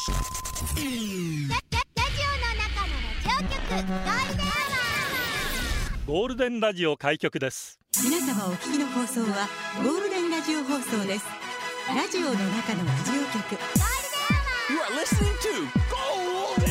ゴールデンラジオ開局です。 皆様お聞きの放送はゴールデンラジオ放送です。ラジオの中のラジオ局 You are listening to Golden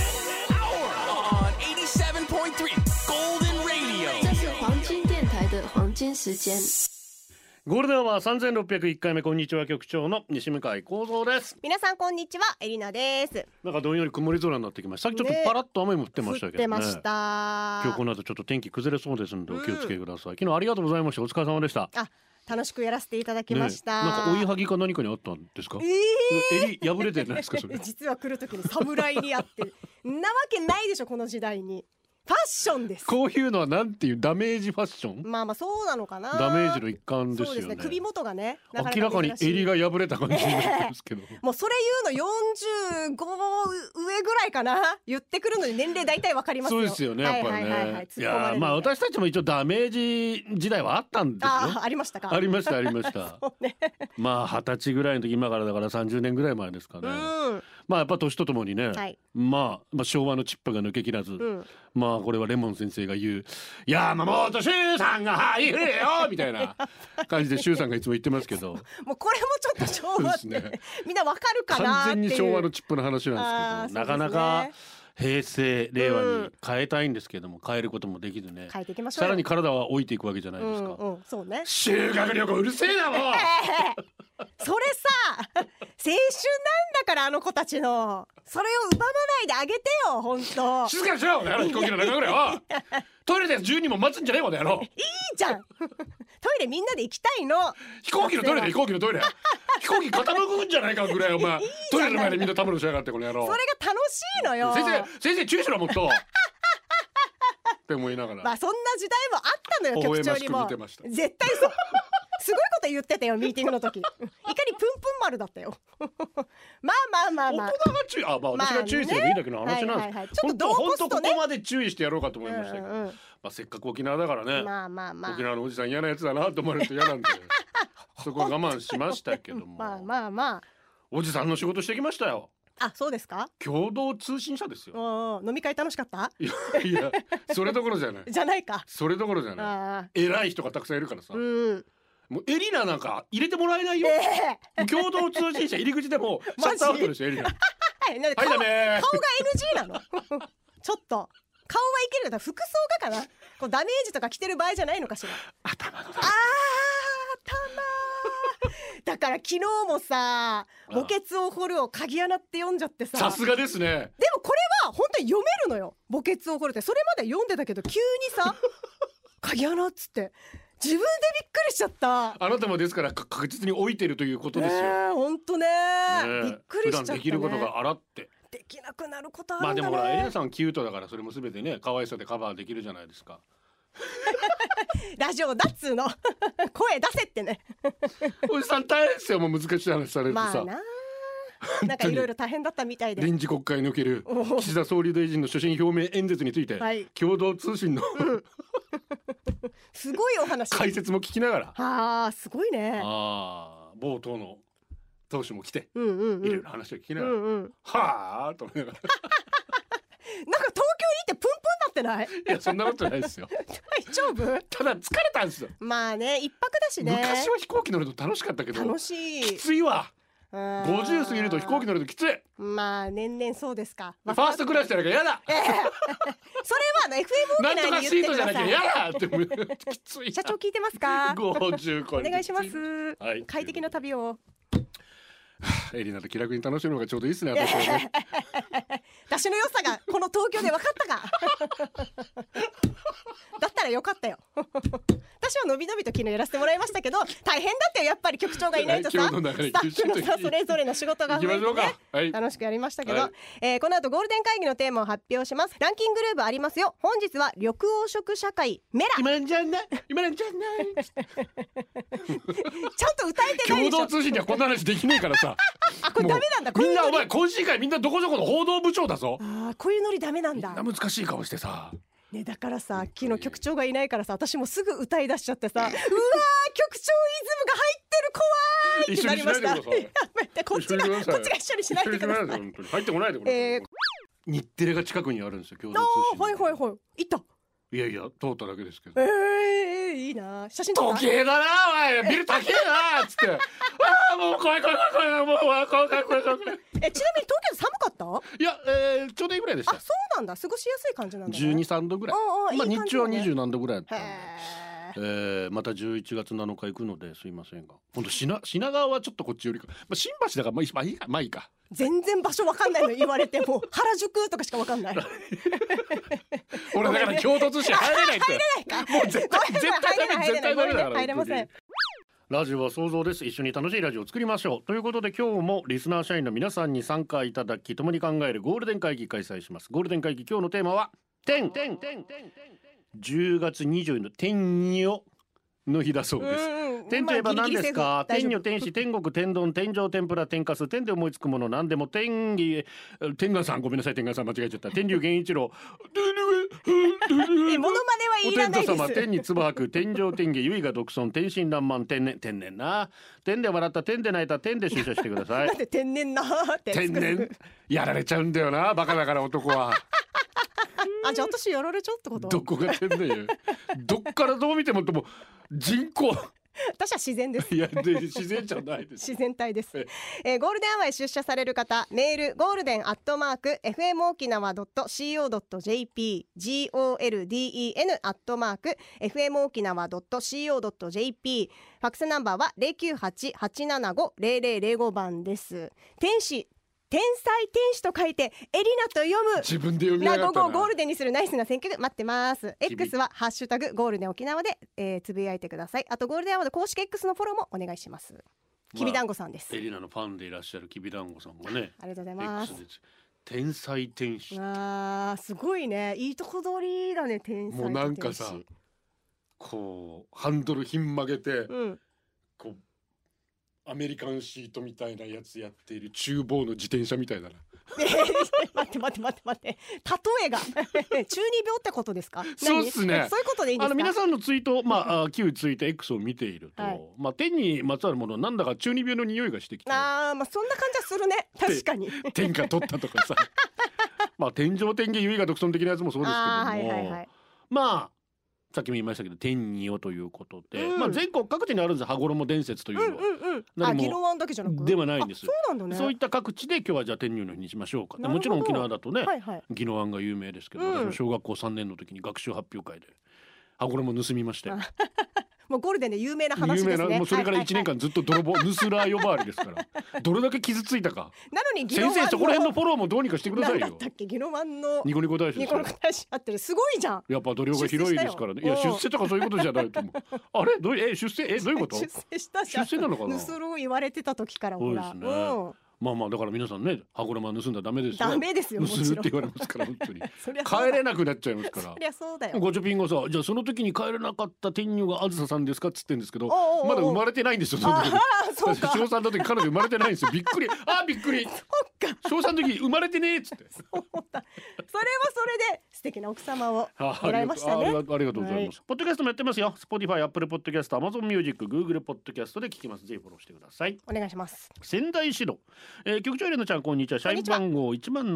Hour on 87.3 Golden Radio。 这是黄金電台的黄金時間。 ゴールデンは3601回目、こんにちは、局長の西向井光三です。 皆さんこんにちは、エリナです。 なんかどんより曇り空になってきました。さっきちょっとパラッと雨も降ってましたけどね。 降ってました。 今日この後ちょっと天気崩れそうですのでお気をつけください。昨日ありがとうございました。お疲れ様でした。 楽しくやらせていただきました、 なんか追いはぎか何かにあったんですか？襟破れてないですかそれ？ 実は来る時に侍にあってなわけないでしょ、この時代に。ファッションです。 こういうのはなんていうダメージファッション？ まあそうなのかな。 ダメージの一環ですよね。 そうですね、首元がね、 明らかに襟が破れた感じになってますけどもうそれ言うの45上ぐらいかな。言ってくるのに年齢大体わかりますよ。 そうですよね、やっぱりね。いやまあ私たちも一応ダメージ時代はあったんですよ。 ありましたか？ ありましたありましたね、 まあ20歳ぐらいの時、今からだから30年ぐらい前ですかね。まあやっぱ年とともにね、まあ昭和のチップが抜けきらず、まあこれはレモン先生が言う山本周さんが入れよみたいな感じで周さんがいつも言ってますけどもうこれもちょっと昭和って、ね、みんなわかるかなっていう。 完全に昭和のチップの話なんですけど、なかなか平成令和に変えたいんですけども、変えることもできずね、 変えていきましょうよ。 さらに体は置いていくわけじゃないですか。 そうね。 修学旅行うるせえなもうそれさ青春なんだから、あの子たちのそれを奪わないであげてよ、本当。 静かにしろ飛行機の中ぐらいはトイレで10人も待つんじゃねえこの野郎。 いいじゃんトイレみんなで行きたいの。 飛行機のトイレで飛行機のトイレ飛行機傾くんじゃないかぐらいお前トイレの前でみんなたむろしやがってこの野郎。 それが楽しいのよ。 先生注意しろもっとって思いながら、 まあそんな時代もあったのよ、局長にも。絶対そうすごいこと言ってたよ、ミーティングの時いかにプンプン丸だったよまあ大人が注意、私が注意すればいいだけの話なんです。 ちょっと本当ここまで注意してやろうかと思いましたけど、せっかく沖縄だからね、沖縄のおじさん嫌なやつだなと思われると嫌なんでそこは我慢しましたけどもまあおじさんの仕事してきましたよ。 そうですか？ 共同通信社ですよ。 飲み会楽しかった？ いやそれどころじゃないじゃないか。 それどころじゃない。偉い人がたくさんいるからさ、もうエリナなんか入れてもらえないよ、共同通信社入り口でもシャットアウトですよエリナ顔が NG なのちょっと顔はいけるけど服装がかな、こうダメージとか着てる場合じゃないのかしら。 頭のだから昨日もさ墓穴を掘るを鍵穴って読んじゃってさ。 さすがですね。 でもこれは本当に読めるのよ、墓穴を掘るって。それまで読んでたけど急にさ鍵穴っつって自分でびっくりしちゃった。 あなたもですから確実に置いてるということですよ。 本当ね、びっくりしちゃったね。普段できることがあらってできなくなることあるんだね。 でもほらエリナさんキュートだからそれも全てね可愛さでカバーできるじゃないですかラジオだっつーの声出せってねおじさん大変ですよ、もう難しい話されるとさ。 なんかいろいろ大変だったみたいで、 臨時国会における岸田総理大臣の所信表明演説について、共同通信のすごいお話解説も聞きながら、 すごいね。 冒頭の党首も来て、いろいろ話を聞きながら、はぁと思いながらなんか東京に行ってプンプンなってない？ いやそんなことないですよ大丈夫？ ただ疲れたんですよ。 まあね、一泊だしね。 昔は飛行機乗ると楽しかったけど楽しい。 きついわ。50過ぎると飛行機乗るときつい。 まあ年々そうですか。 ファーストクラスじゃなきゃ嫌だそれはFM なんとかシートじゃなきゃ嫌だってきつい。 社長聞いてますか ？50 お願いします。快適な旅を。 エリナと気楽に楽しむのがちょうどいいですね、私はね私の良さがこの東京で分かったかだったらよかったよ私はのびのびと昨日やらせてもらいましたけど、大変だったよ。やっぱり局長がいないとさ、スタッフのさそれぞれの仕事が増えてね、楽しくやりましたけど、この後ゴールデン会議のテーマを発表します。ランキンググループありますよ。本日は緑黄色社会メラ今なんじゃない今なんじゃないちゃんと歌えてないでしょ。 共同通信ではこんな話できねえからさこれダメなんだ。 みんなお前懇親会みんなどこどこの報道部長だぞ。 こういうノリダメなんだ。 みんな難しい顔してさね、だからさ昨日局長がいないからさ私もすぐ歌い出しちゃってさうわー局長イズムが入ってるってなりました。 一緒にしないでください。 やめて、こっちが一緒にしないでください。 本当に入ってこないでください。日テレが近くにあるんですよ、共同通信。 はいはいはい。行った。 いやいや、通っただけですけど。 いいな。写真撮った。 時計だな、おい、ビル高えなっつって。ああ、もう怖い怖い怖い、もう怖い怖い怖い怖い。 ちなみに東京寒かった？ いや、ちょうどいいぐらいでした。 あ、そうなんだ。過ごしやすい感じなんだね。 12、3度ぐらい。まあ日中は20何度ぐらいだったんで。また11月7日行くのですいませんが、今度品川はちょっとこっちよりか、新橋だからまあいいか。 全然場所わかんないの言われても原宿とかしかわかんない。 俺だから共同通信入れないって。 入れないか。 もう絶対ダメだから。 入れません。 ラジオは想像です。一緒に楽しいラジオを作りましょうということで、今日もリスナー社員の皆さんに参加いただき、共に考えるゴールデン会議開催します。ゴールデン会議、今日のテーマは10月20日の天女の日だそうです。天といえば何ですか？天女、天使、天国、天丼、天上、天ぷら、天かす、天で思いつくもの何でも天眼さん、ごめんなさい、天眼さん間違えちゃった。天竜源一郎モノマネはいらないです。 お天道様、天に唾吐く、天上天下、唯我独尊、天真爛漫、天然な。天で笑った、天で泣いた、天で出社してください。 なんで天然なって天然やられちゃうんだよな、バカだから男は。 あ、じゃあ私やられちゃうってこと？ どこが天然よ。どっからどう見ても人工。 私は自然です。 いや、自然じゃないです。 自然体です。ゴールデンアワーへ出社される方、メールゴールデン@fmokinawa.co.jp golden@fmokinawa.co.jp ファックスナンバーは 098-875-0005 番です。天才天使と書いてエリナと読む。 自分で読み上がったな。 午後ゴールデンにするナイスな選曲待ってます。 X はハッシュタグゴールデン沖縄で、つぶやいてください。あとゴールデンアワード公式 X のフォローもお願いします。きびだんごさんです。 エリナのファンでいらっしゃるきびだんごさんがね、 ありがとうございます。 天才天使。 すごいね、いいとこ取りだね。天才と天使。もうなんかさ、こうハンドルひん曲げて、こうアメリカンシートみたいなやつやっている厨房の自転車みたいだな。 待って例えが中二病ってことですか？ そうっすね。 そういうことでいいんですか？ 皆さんのツイート、旧ツイート X を見ていると、天にまつわるものなんだか中二病の匂いがしてきて、 そんな感じはするね。確かに天下取ったとかさ天上天下唯我独尊的なやつもそうですけども、さっきも言いましたけど天女ということで、全国各地にあるんです。羽衣伝説というのは、 宜野湾だけじゃなくではないんです。 そうなんだね。 そういった各地で今日はじゃあ天女の日にしましょうか。もちろん沖縄だとね、宜野湾が有名ですけど、私も小学校3年の時に学習発表会で羽衣盗みまして。 もうゴールデンで有名な話ですね。 もうそれから1年間ずっと泥棒盗ら呼ばわりですから。どれだけ傷ついたか。 なのに先生そこら辺のフォローもどうにかしてくださいよ。 なんだったっけ、宜野湾のニコニコ大使ですよ。 ニコニコ大使あってる。すごいじゃん。 やっぱ度量が広いですからね。いや出世とかそういうことじゃないと思う。あれ出世どういうこと？ 出世したじゃん。 出世なのかな。 盗ろう言われてた時からほら。 そうですね。だから皆さんね、羽衣盗んだらダメですよ。 ダメですよ。 盗むって言われますから本当に。帰れなくなっちゃいますから。 そりゃそうだよ。 ごちょぴんがさ、じゃあその時に帰れなかった天女があずささんですかっつってんですけど、まだ生まれてないんですよ。その時。小3の時彼女生まれてないんですよ。びっくり。びっくり。小3の時生まれてねえっつって。 そうだ。それはそれで素敵な奥様をもらいましたね。 ありがとうございます。ポッドキャストもやってますよ。Spotify、Apple Podcast、Amazon Music、Google Podcast で聞きます。ぜひフォローしてください。 お願いします。 仙台四郎、局長エレナちゃんこんにちは。社員番号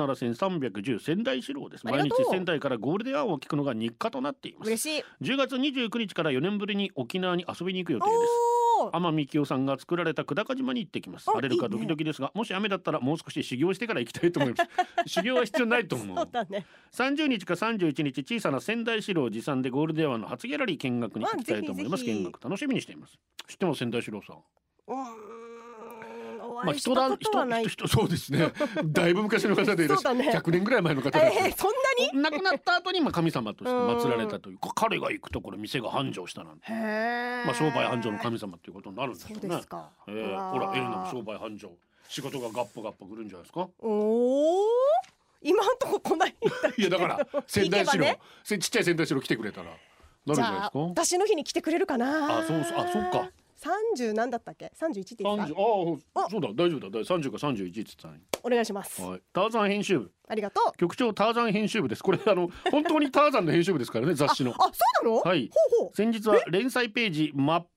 17310仙台四郎です。毎日仙台からゴールデンアワーを聞くのが日課となっています。 嬉しい。 10月29日から4年ぶりに沖縄に遊びに行く予定です。天海清さんが作られた久高島に行ってきます。晴れるかドキドキですが、もし雨だったらもう少し修行してから行きたいと思います。修行は必要ないと思う。 そうだね。 30日か31日小さな仙台四郎持参でゴールデンアワーの初ギャラリー見学に行きたいと思います。見学楽しみにしています。知ってます仙台四郎さん？人そうですね。だいぶ昔の方でいらっしゃる。100年ぐらい前の方です。 そんなに？ 亡くなった後に神様として祀られたという。彼が行くところ店が繁盛したなんて。商売繁盛の神様ということになるんですね。 そうですか。 ほらエレナも商売繁盛。仕事がガッポガッポ来るんじゃないですか。 今んとこ来ないんだけど。 いやだから仙台四郎、ちっちゃい仙台四郎来てくれたらなるんじゃないですか。 私の日に来てくれるかな。 そうか。 30何だったっけ？31って言ってた。 そうだ大丈夫だ。30か31って言ってたのに。 お願いします。 ターザン編集部。 ありがとう。 局長ターザン編集部です。これ本当にターザンの編集部ですからね雑誌の。 そうなの？ はい。先日は連載ページ真っ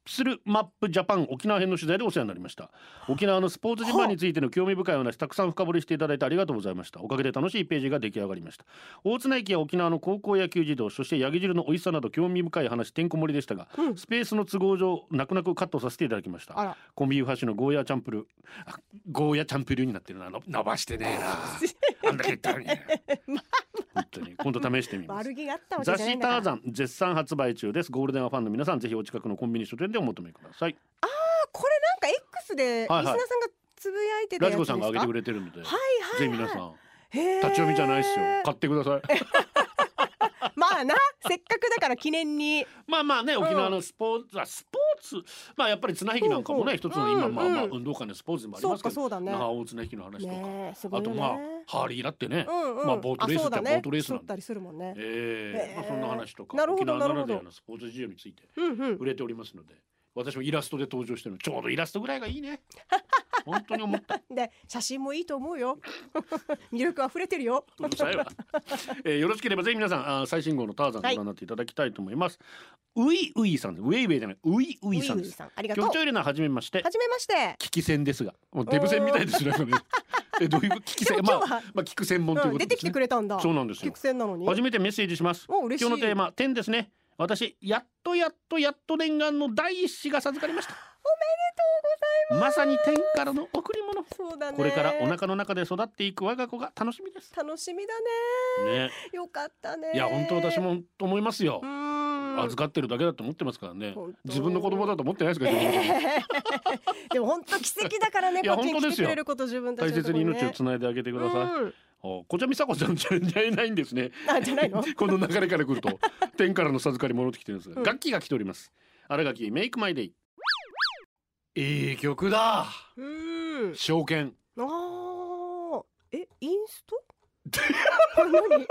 するマップジャパン沖縄編の取材でお世話になりました。沖縄のスポーツ自慢についての興味深い話たくさん深掘りしていただいてありがとうございました。おかげで楽しいページが出来上がりました。大綱駅や沖縄の高校野球児童、そしてヤギ汁の美味しさなど興味深い話てんこ盛りでしたが、スペースの都合上泣く泣くカットさせていただきました。コンビーフ箸のゴーヤーチャンプルーになってるな。伸ばしてねえなあんだけ言ったのに本当に今度試してみます。 悪気があったわけじゃないんだから。 雑誌ターザン絶賛発売中です。ゴールデンはファンの皆さんぜひお近くのコンビニ書店でお求めください。 これなんか X でリスナーさんがつぶやいてたやつですか。 ラジコさんが上げてくれてるので、ぜひ皆さん立ち読みじゃないですよ、買ってくださいまあな、せっかくだから記念にまあね、沖縄のスポーツ、まあやっぱり綱引きなんかもね、一つの今運動会のスポーツでもありますけど、那覇大綱引きの話とか、あとハーリーだってね、ボートレースってボートレースなんだりするもんね。そんな話とか沖縄ならではのスポーツ事情について触れておりますので、私もイラストで登場してるの、ちょうどイラストぐらいがいいね本当に思ったで、写真もいいと思うよ魅力あふれてるようるさいわよろしければぜひ皆さん最新号のターザンご覧になっていただきたいと思います。ウイウイさん、ウェイウェイじゃない、ウイウイさんです。局長エレナ、はじめまして。聞き戦ですが、もうデブ戦みたいですねどういう聞き戦、聞く専門ということですね。出てきてくれたんだ。そうなんですよ。聞く戦なのに初めてメッセージします。今日のテーマ10ですね。私やっと念願の第一子が授かりました。おめでとうございます。まさに天からの贈り物。そうだね。これからお腹の中で育っていく我が子が楽しみです。楽しみだね。よかったね。いや本当私も思いますよ。預かってるだけだと思ってますからね。自分の子供だと思ってないですか。でも本当奇跡だからね。こっちに来てくれること自分たちのところね。大切に命をつないであげてください。こちら美佐子ちゃんじゃないんですね。じゃないのこの流れから来ると天からの授かり戻ってきてるんですが、楽器が来ております。新垣メイクマイデイ。いい曲だ。証券。インスト何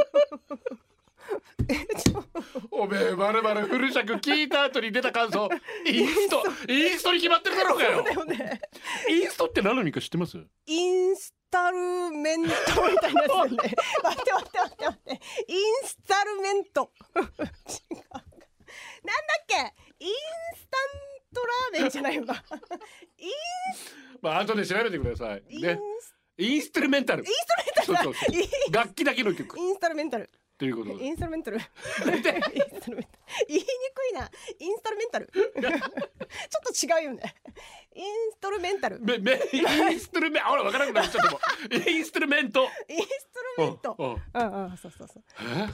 おめえまるまるフル尺聞いた後に出た感想インストに決まってるだろうがよ。そうだよね。インストって何の意味か知ってます？インスタルメントみたいなやつね。待ってインスタルメント違うなんだっけ、インスタントラーメンじゃないよな後で調べてくださいね。インストルメンタル。そう楽器だけの曲。インストルメンタルということで。インストルメンタル言いにくいな。インストルメンタルちょっと違うよね。インストルメンタルインストルメント、分からなくなっちゃったもん。インストルメントそう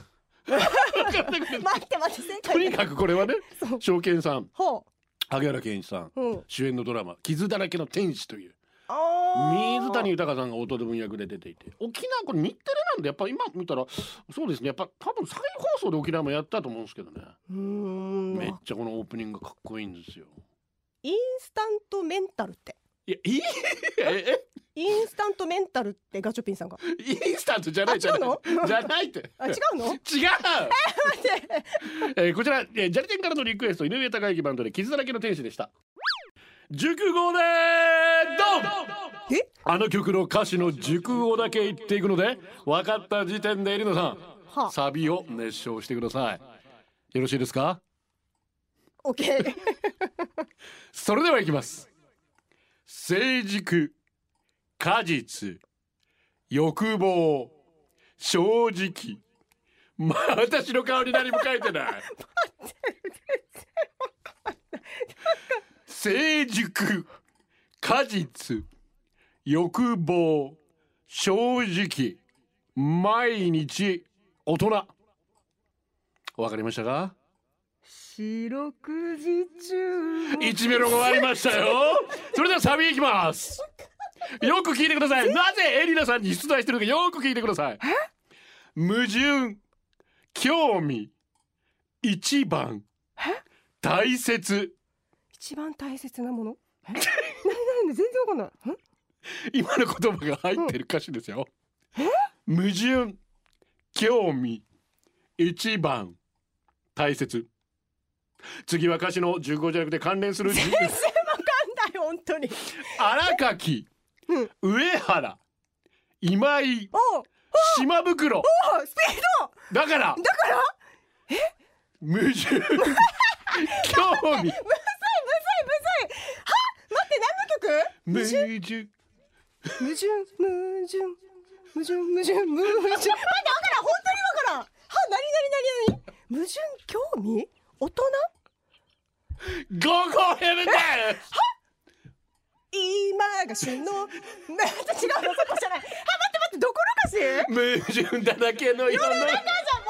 待って正解。とにかくこれはね、証券さん、萩原健一さん主演のドラマ傷だらけの天使という水谷豊さんが弟分役で出ていて、沖縄これ日テレなんでやっぱ今見たらそうですね、やっぱ多分再放送で沖縄もやったと思うんですけどね。めっちゃこのオープニングがかっこいいんですよ。インスタントメンタルって、インスタントメンタルってガチョピンさんがインスタントじゃないって違うの違うこちらジャリテンからのリクエスト、井上貴之バンドで傷だらけの天使でした。熟語でドン。あの曲の歌詞の熟語だけ言っていくので、分かった時点でエリナさん、サビを熱唱してください。よろしいですか？ OK それではいきます。成熟、果実、欲望、正直。私の顔に何も書いてない成熟、果実、欲望、正直、毎日、大人。わかりましたか？四六時中1メロが終わりましたよそれではサビいきます。よく聞いてください。なぜエリナさんに出題してるのかよく聞いてください。矛盾、興味、一番、大切。一番大切なもの？何全然わかんない。今の言葉が入ってる歌詞ですよ。矛盾、興味、一番、大切。次は歌詞の熟語じゃなくて関連する全然わかんない本当に。荒垣、上原、今井、島袋。スピードだから矛盾興味矛盾矛盾矛盾待ってわからん、本当にわからん。は、なに矛盾興味大人ゴーゴーヘブンです。 今が旬の違うの、そこじゃない。待ってどこの歌詞？ 矛盾だらけの世の中じゃもうわからん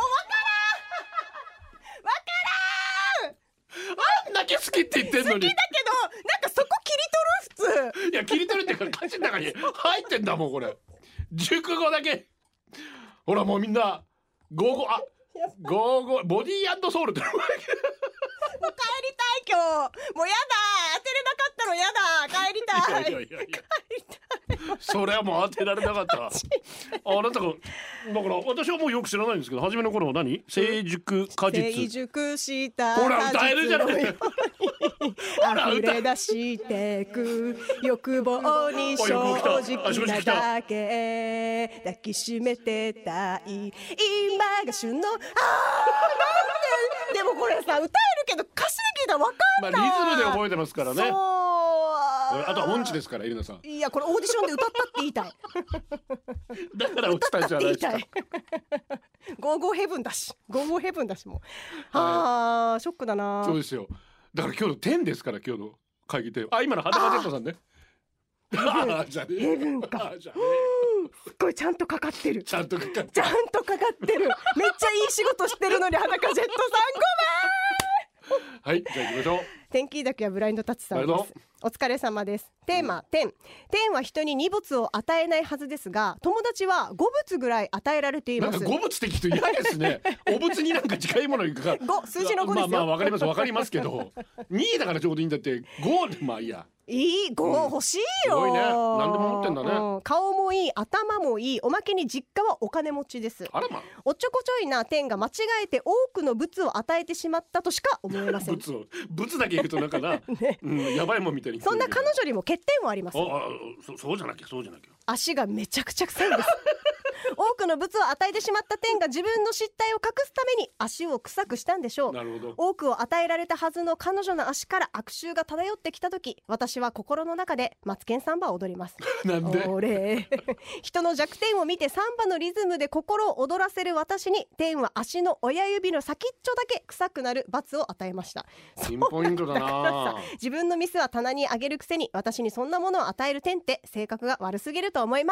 あんだけ好きって言ってんのに。 好きだけどなんかそこ切り取る普通。 いや切り取るっていうか歌詞の中に入ってんだもんこれ。熟語だけ。ほらもうみんなゴーゴーボディー&ソウルってもう帰りたい今日。もうやだ、当てれなかったのやだ、帰りたい。 いや帰りたい。それはもう当てられなかった。あなたがだから私はもうよく知らないんですけど、初めの頃は何？成熟果実。 成熟したほら歌えるじゃない。 溢れ出してく欲望に正直なだけ抱きしめてたい今が旬のなんででもこれさ歌えるけど歌詞で聞いたら分かんない。 リズムで覚えてますからね。 そうあとは音痴ですからエリナさん。 いやこれオーディションで歌ったって言いたい。 だから落ちたんじゃないですか。 ゴーゴーヘブンだしゴーゴーヘブンだしもうあーショックだな。 そうですよ。だから今日の10ですから今日の会議テーマ。あ今の裸ジェットさんね。あじゃねヘブンか。すっごいちゃんとかかってる。 ちゃんとかかってる。 ちゃんとかかってる。めっちゃいい仕事してるのに裸ジェットさんごめん。 はいじゃあ行きましょう。 天気だけはブラインドタッチさんです。お疲れ様です。テーマ天は人に二物を与えないはずですが、友達は五物ぐらい与えられています。 なんか五物って聞くと嫌ですね。お物になんか近いものにかかる。 数字の5ですよ。 まあわかりますけど2だからちょうどいいんだって。5まあいいや。 いい5欲しいよ。 すごいね。何でも持ってんだね。 顔もいい、頭もいい、おまけに実家はお金持ちです。 あらま。 おっちょこちょいな天が間違えて多くの物を与えてしまったとしか思えません。 物だけ言うとなんかな、やばいもんみたいに。 そんな彼女にも欠点はあります。 そうじゃなきゃ。 足がめちゃくちゃ臭いんです。多くの物を与えてしまった天が自分の失態を隠すために足を臭くしたんでしょう。 なるほど。 多くを与えられたはずの彼女の足から悪臭が漂ってきた時、私は心の中でマツケンサンバを踊ります。 なんで？ 俺人の弱点を見てサンバのリズムで心を躍らせる私に天は足の親指の先っちょだけ臭くなる罰を与えました。 ピンポイントだな。 自分のミスは棚にあげるくせに私にそんなものを与える天って性格が悪すぎると思います。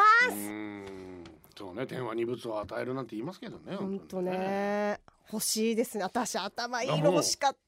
そうね、天は二物を与えるなんて言いますけどね。 本当ね。欲しいですね。私頭いいの欲しかった。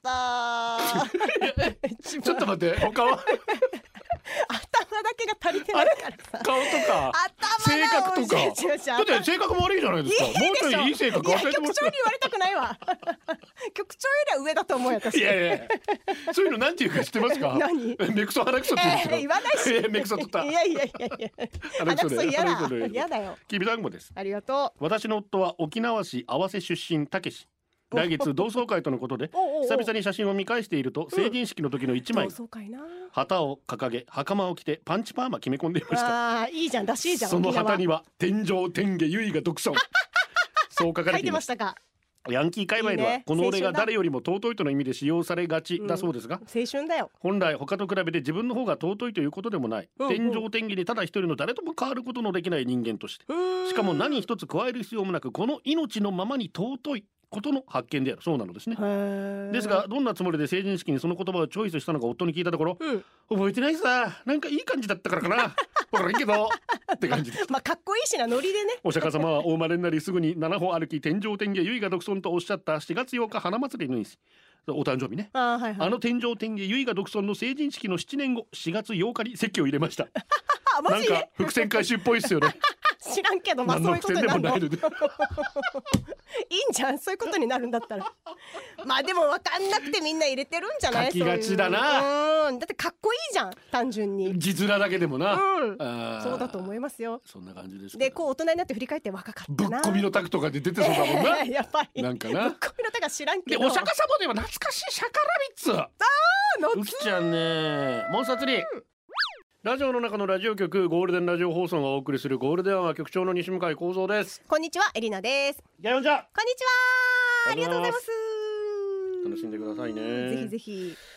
ちょっと待って、他は頭だけが足りてないからさ。 顔とか性格とか。だって性格も悪いじゃないですか。もうちょいいい性格与えてもらって。 局長に言われたくないわ。局長よりは上だと思うよ私。 いやそういうのなんていうか知ってますか？ 何？ メクソ鼻くそって言うんですよ。 言わないし。 メクソ取った。 いや鼻くそ嫌だよ。 きびだんごです。 ありがとう。私の夫は沖縄市合わせ出身たけし。来月同窓会とのことで久々に写真を見返していると、成人式の時の一枚旗を掲げ袴を着てパンチパーマ決め込んでいました。 いいじゃん、らしいじゃん。 その旗には天上天下唯我独尊そう書かれていました。ヤンキー界隈ではこの俺が誰よりも尊いとの意味で使用されがちだそうですが、 青春だよ。 本来他と比べて自分の方が尊いということでもない、天上天下にただ一人の誰とも変わることのできない人間として、しかも何一つ加える必要もなくこの命のままに尊いことの発見であるそうなのですね。ですがどんなつもりで成人式にその言葉をチョイスしたのか夫に聞いたところ、覚えてないさ、なんかいい感じだったからかなほらいいけどって感じです。 まあかっこいいしな、ノリでね。 お釈迦様はお生まれになりすぐに7歩歩き天上天下唯我独尊とおっしゃった4月8日花祭りの日、お誕生日ね。あの天上天下唯我独尊の成人式の7年後4月8日に籍を入れましたなんか伏線回収っぽいっすよね知らんけど、まあそういうことになるのいいんじゃん、そういうことになるんだったらまあでも分かんなくてみんな入れてるんじゃない？ 書きがちだな。 だってかっこいいじゃん、単純に字面だけでもな。 そうだと思いますよ。 そんな感じです。 でこう大人になって振り返って若かったな。 ぶっこみのタクとかで出てそうだもんなやばい。 なんかな、 ぶっこみのタクは知らんけど。 でお釈迦様では懐かしいシャカラビッツ。うきちゃんね、モンスター3。ラジオの中のラジオ局、ゴールデンラジオ放送がお送りするゴールデンは局長の西向井光三です。 こんにちは、エリナです。 やよんちゃん、 こんにちは、ありがとうございます。 楽しんでくださいね。 ぜひぜひ。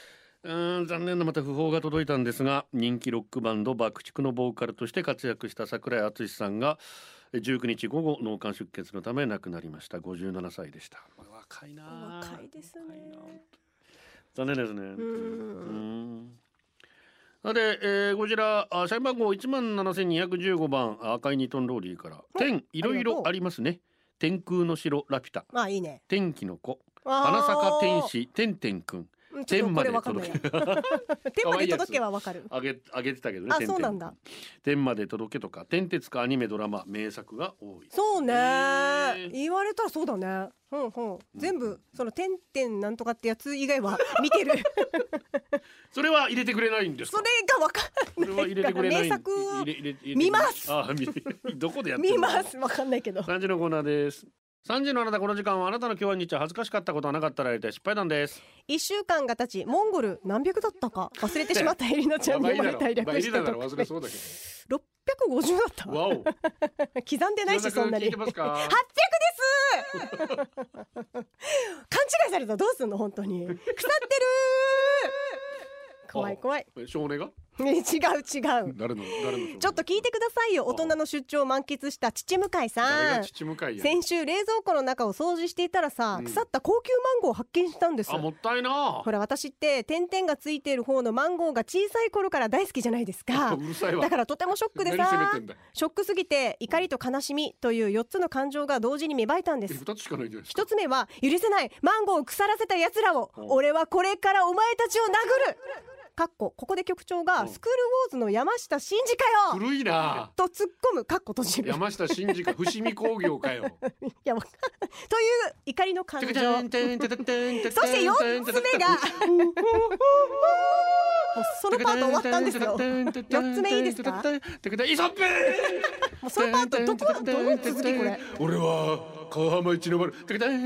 残念なまた訃報が届いたんですが、人気ロックバンド爆竹のボーカルとして活躍した櫻井敦さんが19日午後脳幹出血のため亡くなりました。57歳でした。若いな。 若いですね。 残念ですね。で、こちら社員番号17215番赤い2トンローリーから天いろいろありますね。天空の城ラピュタ、 いいね。 天気の子、花坂天使てんてんくん、天まで届け天まで届けはわかる。 あげてたけどね。 そうなんだ。 天まで届けとか天鉄かアニメドラマ名作が多い。 そうね、言われたらそうだね。全部そのてんてんなんとかってやつ以外は見てる。 それは入れてくれないんですか。 それがわかんない。それは入れてくれない。名作見ます。 どこでやってるの。 見ます。わかんないけど。 3時のコーナーです。3時のあなた、この時間はあなたの今日日恥ずかしかったことはなかったらやりたい失敗談です。 1週間が経ちモンゴル何百だったか忘れてしまったエリナちゃんに読まれた略してと忘れそうだけど 650だった。わお。刻んでないしそんなに。800です。勘違いされたらどうすんの本当に。腐ってる。怖い。 少年が違う誰のちょっと聞いてくださいよ。大人の出張を満喫した父向井さん。先週冷蔵庫の中を掃除していたらさ、腐った高級マンゴーを発見したんです。 もったいな。 ほら私って点々がついている方のマンゴーが小さい頃から大好きじゃないですか。だからとてもショックでさ、ショックすぎて怒りと悲しみという4つの感情が同時に芽生えたんです。1つ目は許せない、マンゴーを腐らせた奴らを俺はこれからお前たちを殴る。ここで局長がスクールウォーズの山下真司かよ古いなと突っ込む閉じる。 山下真司か伏見工業かよという怒りの感情。そして4つ目がそのパート終わったんですよ。4つ目いいですか。 イソップもうそのパートどう続きこれ。 俺は川浜一の丸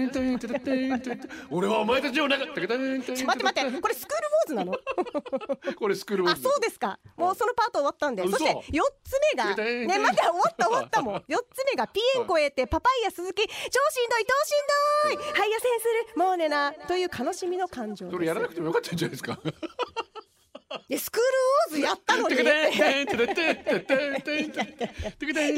俺はお前たちを待ってこれスクールウォーズなの。これスクールウォーズ。 そうですか。もうそのパート終わったんで。そして4つ目がね、まだ終わったもん。4つ目がピエン超えてパパイヤ鈴木超しんどいはいやセンするもうねなという悲しみの感情。 それやらなくてもよかったんじゃないですか。 スクールウォーズやったのに。いいのよ。それを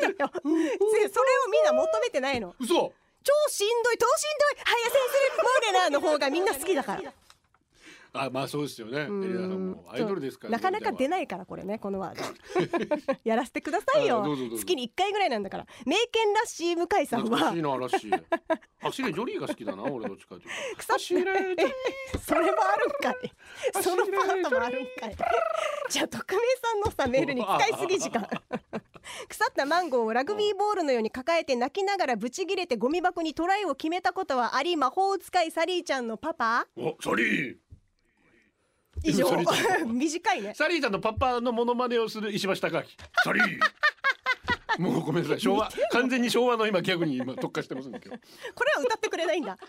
みんな求めてないの。 嘘。 超しんどいはいやセンするもうねなの方がみんな好きだから。 まあそうですよね。エリナさんもアイドルですから。 なかなか出ないからこれね、このワードやらせてくださいよ。月に1回ぐらいなんだから。名犬ラッシー向井さんは懐かしいな。ラッシー走れジョリーが好きだな。俺どっちかというと走れそれもあるんかい。そのパートもあるんかい。じゃあ匿名さんのさメールに使いすぎ時間。腐ったマンゴーをラグビーボールのように抱えて泣きながらブチギレてゴミ箱にトライを決めたことはあり、魔法使いサリーちゃんのパパ。 サリー以上。短いね。 サリーちゃんのパパのモノマネをする石橋貴明。サリーもうごめんなさい、昭和完全に昭和の今ギャグに今特化してますんだけど。 これは歌ってくれないんだ。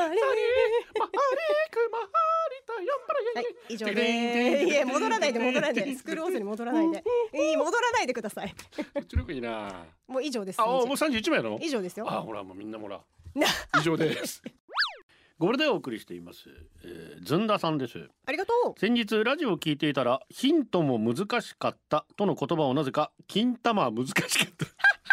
以上で。いや戻らないでスクールウォーズに戻らないで。戻らないでください。 いいな。 もう以上です。 もう31枚の以上ですよ。 ほらもうみんなもら以上です。これでお送りしています、ずんださんです。 ありがとう。 先日ラジオを聞いていたらヒントも難しかったとの言葉をなぜか金玉難しかった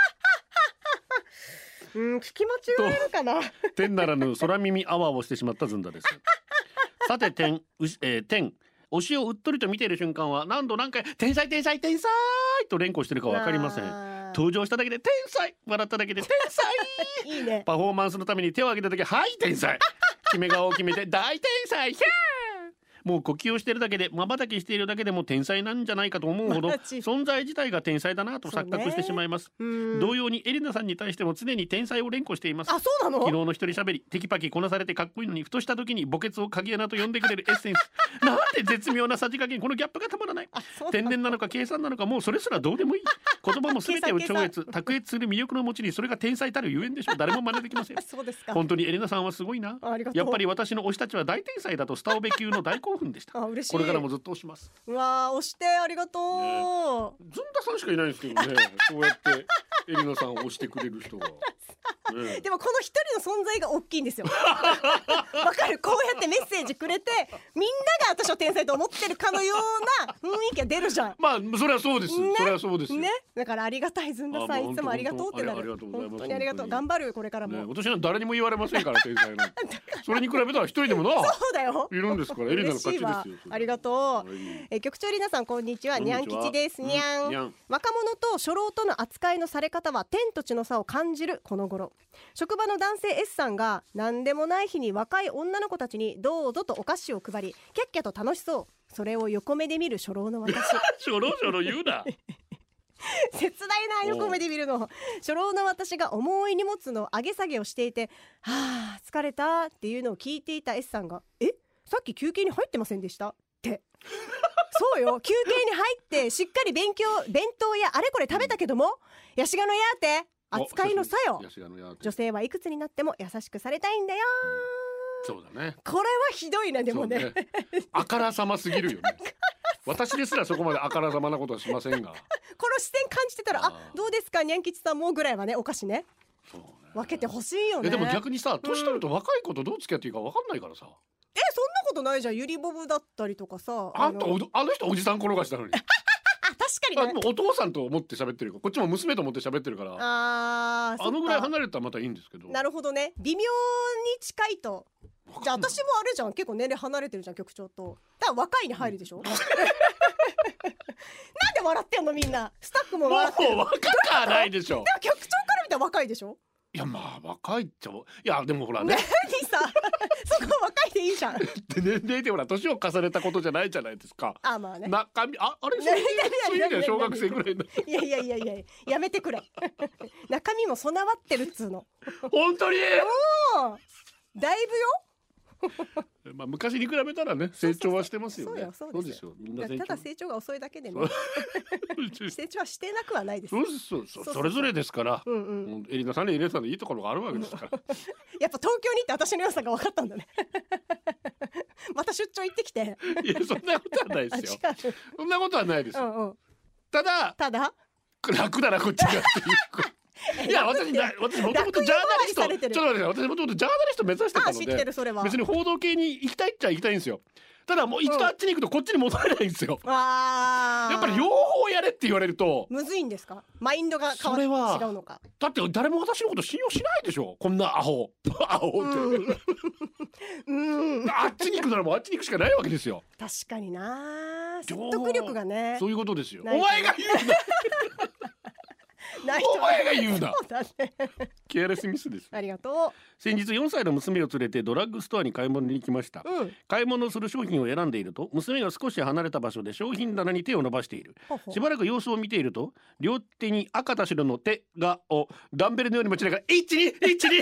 聞き間違えるかな。 天ならぬ空耳アワーをしてしまったずんだです。さて天推しをうっとりと見ている瞬間は何度何回天才と連呼してるか分かりません。登場しただけで天才、笑っただけで天才いいね。 パフォーマンスのために手を挙げただけはい天才、決め顔を決めて大天才、ヒャーもう呼吸をしているだけで瞬きしているだけでも天才なんじゃないかと思うほど存在自体が天才だなと錯覚してしまいます。同様にエレナさんに対しても常に天才を連呼しています。 そうなの。 昨日の一人喋りテキパキこなされてかっこいいのに、ふとした時に墓穴を鍵穴と呼んでくれるエッセンスなんて絶妙なさじ加減。このギャップがたまらない。天然なのか計算なのかもうそれすらどうでもいい。言葉も全てを超越卓越する魅力の持ちに、それが天才たるゆえんでしょう。誰も真似できません。 そうですか。 本当にエレナさんはすごいな。やっぱり私の推したちは大天才だとスタオベ級の大興奮でした。 嬉しい。 これからもずっと推します。 うわー、推してありがとう、 ずんださんしかいないんですけどね。そうやってエリナさんを推してくれる人がでもこの一人の存在が大きいんですよわかる、こうやってメッセージくれてみんなが私を天才と思ってるかのような雰囲気が出るじゃん。 まあそれはそうです、ね、それはそうですね。だからありがたいずんださん、いつもありがとうってなる。本当にありがとう、頑張るこれからも、ね、 私は誰にも言われませんから天才のそれに比べたら一人でもなそうだよいるんですから、エリナの勝ちですよ。 ありがとう、局長エリナさんこんにちは。にゃん吉です。にゃん。若者と初老との扱いのされ方は天と地の差を感じるこの頃、職場の男性 S さんが何でもない日に若い女の子たちにどうぞとお菓子を配りキャッキャと楽しそう、それを横目で見る初老の私初老言うな切ないな、横目で見るの。初老の私が重い荷物の上げ下げをしていて、はあ疲れたっていうのを聞いていた S さんが、さっき休憩に入ってませんでしたってそうよ、休憩に入ってしっかり弁当やあれこれ食べたけども、ヤシガのやーって扱いの差よ。女性はいくつになっても優しくされたいんだよ。 そうだね、 これはひどいな。でも ねあからさますぎるよね私ですらそこまであからさまなことはしませんがこの視点感じてたら、どうですかにゃん吉さんもぐらいはね、お菓子ね、そうね、分けてほしいよね。 でも逆にさ、年取ると若い子とどう付き合っていいか分かんないからさ、 そんなことないじゃん。ゆりぼぶだったりとかさ、 あの人おじさん転がしたのに確かにね、 お父さんと思って喋ってるから、こっちも娘と思って喋ってるから、あのぐらい離れたらまたいいんですけど。 なるほどね、微妙に近いと。じゃあ私もあれじゃん、結構年齢離れてるじゃん局長と。だから若いに入るでしょなんで笑ってんのみんな、スタッフも笑ってる。 もう若くはないでしょ。 でも局長から見たら若いでしょ。 いやまあ若いっちゃ、いやでもほらね、 何さそこ若いでいいじゃん年齢でほら年を重ねたことじゃないじゃないですか。 まあね、 中身あれそういう意味では小学生ぐらいのいややめてくれ中身も備わってるっつうの本当にもうだいぶよまあ昔に比べたらね成長はしてますよね。 そうですよ。みんなただ成長が遅いだけでね成長はしてなくはないです。 そうそれぞれですから、エリナさんにエリナさんのいいところがあるわけですからやっぱ東京に行って私の良さが分かったんだねまた出張行ってきていやそんなことはないですよそんなことはないですよ、ただ楽だなこっちがっていういや私もともとジャーナリスト、ちょっと待って、私もともとジャーナリスト目指してたので、別に報道系に行きたいっちゃ行きたいんですよ。ただもう一度あっちに行くとこっちに戻れないんですよ。やっぱり両方やれって言われるとむずいんですか。マインドが変わって違うのか。 だって誰も私のこと信用しないでしょ、こんなアホってあっちに行くならもうあっちに行くしかないわけですよ。 確かにな、説得力がね。 そういうことですよ。お前が言うなお前が言うな。ケアレスミスです。 ありがとう。 先日4歳の娘を連れてドラッグストアに買い物に行きました、買い物をする商品を選んでいると、娘が少し離れた場所で商品棚に手を伸ばしている。しばらく様子を見ていると、両手に赤と白の手がをダンベルのように持ちながら12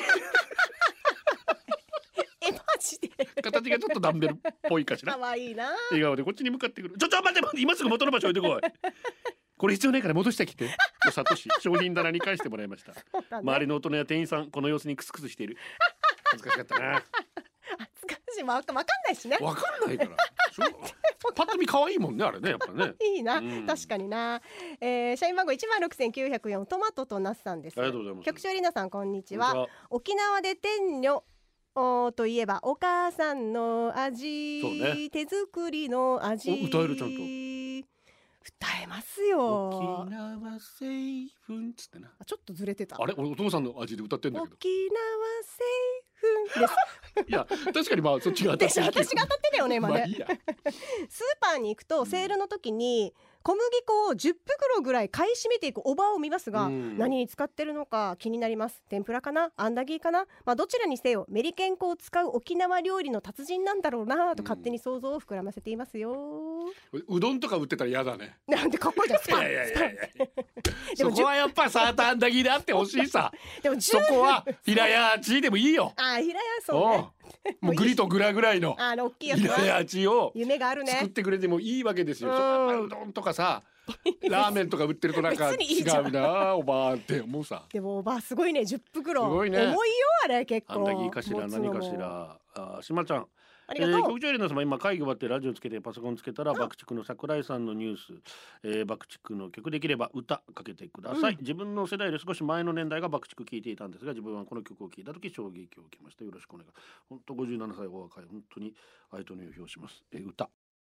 マジで形がちょっとダンベルっぽいかしら。 可愛いな。 笑顔でこっちに向かってくる。ちょ待って今すぐ元の場所置いてこいこれ必要ないから戻してきてと諭し商品棚に返してもらいました周りの大人や店員さんこの様子にクスクスしている。恥ずかしかったな。 恥ずかしい。わかんないしね。 わかんないからパッと見可愛いもんねあれね、やっぱねいいな、確かにな。社員番号16904トマトとナスさんです。 ありがとうございます。 局長リナさんこんにちは。沖縄で天女といえばお母さんの味、手作りの味。 歌えるちゃんと。 歌えますよ。 沖縄セーフンつってな。 ちょっとずれてた。 あれお父さんの味で歌ってんだけど。 沖縄セーフンですいや確かにまあそっちが当たってる。 私が当たってたよね今ね。 まあいいや。 スーパーに行くとセールの時に小麦粉を10袋ぐらい買い占めていくおばを見ますが、何に使ってるのか気になります。天ぷらかな、アンダギーかな、どちらにせよメリケン粉を使う沖縄料理の達人なんだろうなと勝手に想像を膨らませていますよ。 うどんとか売ってたら嫌だね。 なんでかっこいいじゃん。スパンそこはやっぱサーターアンダギーであってほしいさ。でもそこは平屋チでもいいよ。 平屋そうね。 もうグリとグラぐらいの大きいやつ平屋チを夢があるね。 作ってくれてもいいわけですよ。うどんとかさラーメンとか売ってるとなんか違うなおばあって思うさ。 でもおばあすごいね、10袋。 すごいね。 重いよあれ結構。 アンダギーかしら何かしら。しまちゃんありがとう。 局長エレナ様、今会議終わってラジオつけてパソコンつけたら、爆竹の桜井さんのニュース、爆竹の曲できれば歌かけてください。自分の世代より少し前の年代が爆竹聴いていたんですが、自分はこの曲を聴いた時衝撃を受けました。よろしくお願い。本当57歳お若い、本当に愛との表します。歌。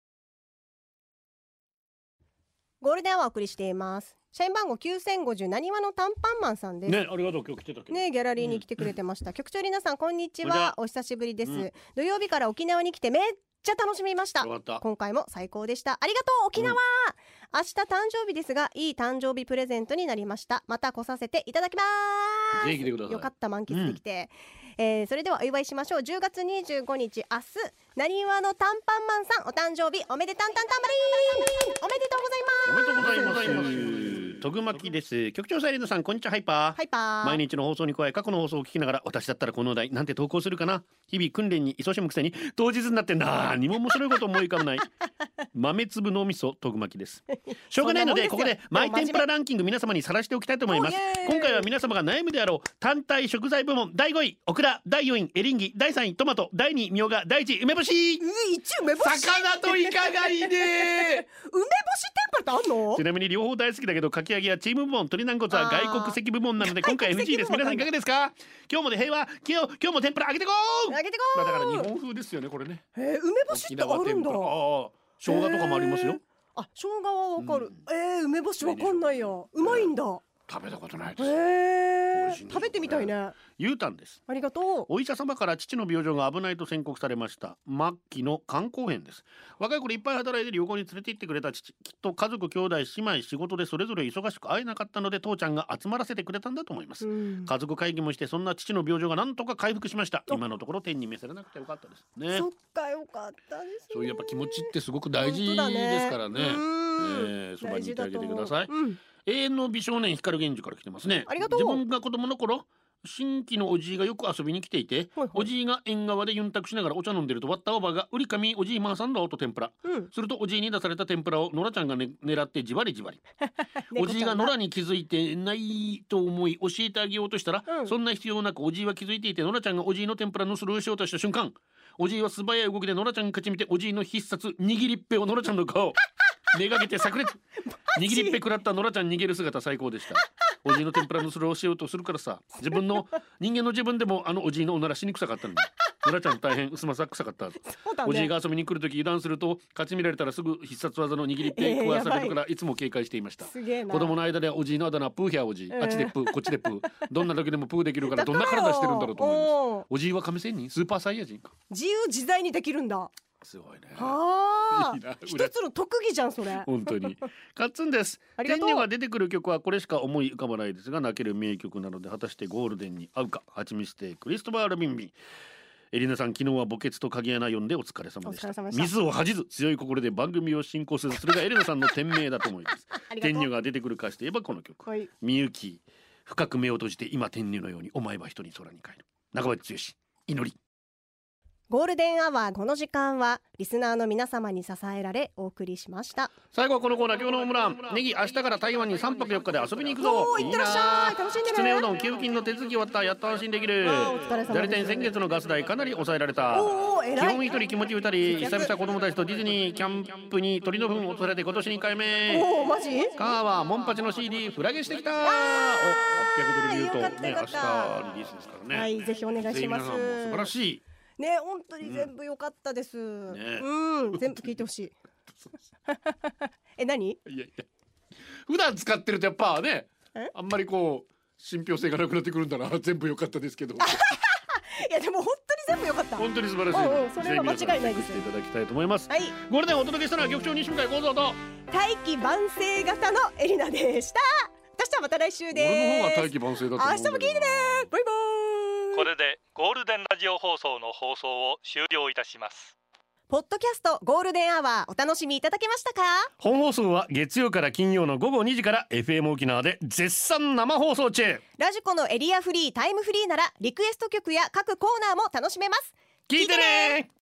ゴールデンアワーお送りしています。社員番号9050、なにわの短パンマンさんです。 ね、ありがとう。今日来てたけどね、ギャラリーに来てくれてました。局長りなさん、こんにちは。お久しぶりです。土曜日から沖縄に来てめっちゃ楽しみました。今回も最高でした。ありがとう沖縄、明日誕生日ですが、いい誕生日プレゼントになりました。また来させていただきます。 ぜひ来てください。 よかった、満喫できて、それではお祝いしましょう。10月25日明日、なにわの短パンマンさんお誕生日おめでたんたんたんばりー。おめでとうございます。 おめでとうございます。徳巻です。局長サイレントさん、こんにちは。ハイパー。毎日の放送に加え過去の放送を聞きながら、私だったらこのお題なんて投稿するかな。日々訓練に勤しむくせに当日になって何も面白いこと思い浮かばない豆粒脳みそ徳巻です。しょうがないのでここでマイ天ぷらランキング皆様にさらしておきたいと思います。今回は皆様が悩むであろう単体食材部門第5位オクラ、第4位エリンギ、第3位トマト、第2位みょうが、第1位梅干し。 1位梅干し。 魚とイカがいいね。 梅干し天ぷらってあんの？ ちなみに両方大好きだけど、かき揚げやチーム部門、鶏軟骨は外国籍部門なので今回 NG です。皆さんいかがですか？今日もで平和、今日も天ぷらあげてこー。 あげてこー。 だから日本風ですよね、これね。 梅干しってあるんだ。 生姜とかもありますよ。 あ、生姜はわかる。梅干しわかんないよ。うまいんだ。 食べたことないです。 食べてみたいね。 ゆうたんです。 ありがとう。 お医者様から父の病状が危ないと宣告されました。末期の肝硬変です。若い頃いっぱい働いて旅行に連れて行ってくれた父、きっと家族兄弟姉妹仕事でそれぞれ忙しく会えなかったので、父ちゃんが集まらせてくれたんだと思います。家族会議もして、そんな父の病状がなんとか回復しました。今のところ天に召されなくてよかったですね。 そっか、よかったですね。 そういうやっぱ気持ちってすごく大事ですからね。そばにいてあげてください。永遠の美少年光源氏から来てますね。 ありがとう。 自分が子供の頃、新規のおじいがよく遊びに来ていて、おじいが縁側でユンタクしながらお茶飲んでると、割ったおばが売り紙おじいまーさんだおと天ぷら、するとおじいに出された天ぷらをノラちゃんが、狙ってじわりじわりおじいがノラに気づいてないと思い教えてあげようとしたら、そんな必要なくおじいは気づいていて、ノラちゃんがおじいの天ぷらのスルーしようとした瞬間、おじいは素早い動きでノラちゃんに勝ち見て、おじいの必殺握りっぺをノラちゃんの顔めがけて炸裂握りっぺ食らったノラちゃん逃げる姿最高でした。おじいの天ぷらのスルーをしようとするからさ、人間の自分でもおじいのおならしにくさかったのにノラちゃん大変うすまさくさかった、おじいが遊びに来るとき油断すると勝ち見られたらすぐ必殺技の握りっぺ食わされるからいつも警戒していました。子供の間でおじいのあだ名プーヒャおじい、あっちでプーこっちでプー、どんな時でもプーできるからどんな体してるんだろうと思います。おじいは亀仙人スーパーサイヤ人か。 自由自在にできるんだ。 すごいね。 一つの特技じゃんそれ。 本当に。カッツンです。天女が出てくる曲はこれしか思い浮かばないですが、泣ける名曲なので果たしてゴールデンに合うか。はちみステクリストバー・ラビンビン。エリナさん、昨日は墓穴と鍵穴読んでお疲れ様でした。水を恥じず強い心で番組を進行する、それがエリナさんの天命だと思います天女が出てくる歌詞といえばこの曲、みゆき。深く目を閉じて今天女のようにお前は一人空に帰る。中林剛、祈り。 ゴールデンアワー、この時間はリスナーの皆様に支えられお送りしました。 最後はこのコーナー、今日のホームラン。ネギ、明日から台湾に3泊4日で遊びに行くぞ。 いってらっしゃい。楽しんでね。 きつねうどん給付金の手続き終わった。やっと安心できる。代理店先月のガス代かなり抑えられた。基本一人気持ち2人、久々子供たちとディズニーキャンプに鳥の糞を連れて今年2回目。 マジ？ カーはモンパチの CD フラゲしてきた。800ドルビューとね、明日リリースですからね。 はい、ぜひお願いします。 素晴らしいね、本当に全部良かったです。全部聞いてほしい。何？いや普段使ってるとやっぱね、あんまりこう信憑性がなくなってくるんだな。全部良かったですけど。いやでも本当に全部良かった。 本当に素晴らしい。 それは間違いないです。 いただきたいと思います。 はい。 ゴールデンをお届けしたのは局長西向井幸三と大器晩成型のエリナでした。私はまた来週です。 俺の方が大器晩成だと思う。 明日も聞いてね。バイバイ。 これでゴールデンラジオ放送の放送を終了いたします。 ポッドキャストゴールデンアワーお楽しみいただけましたか？ 本放送は月曜から金曜の午後2時から FM 沖縄で絶賛生放送中。 ラジコのエリアフリータイムフリーならリクエスト曲や各コーナーも楽しめます。 聞いてね。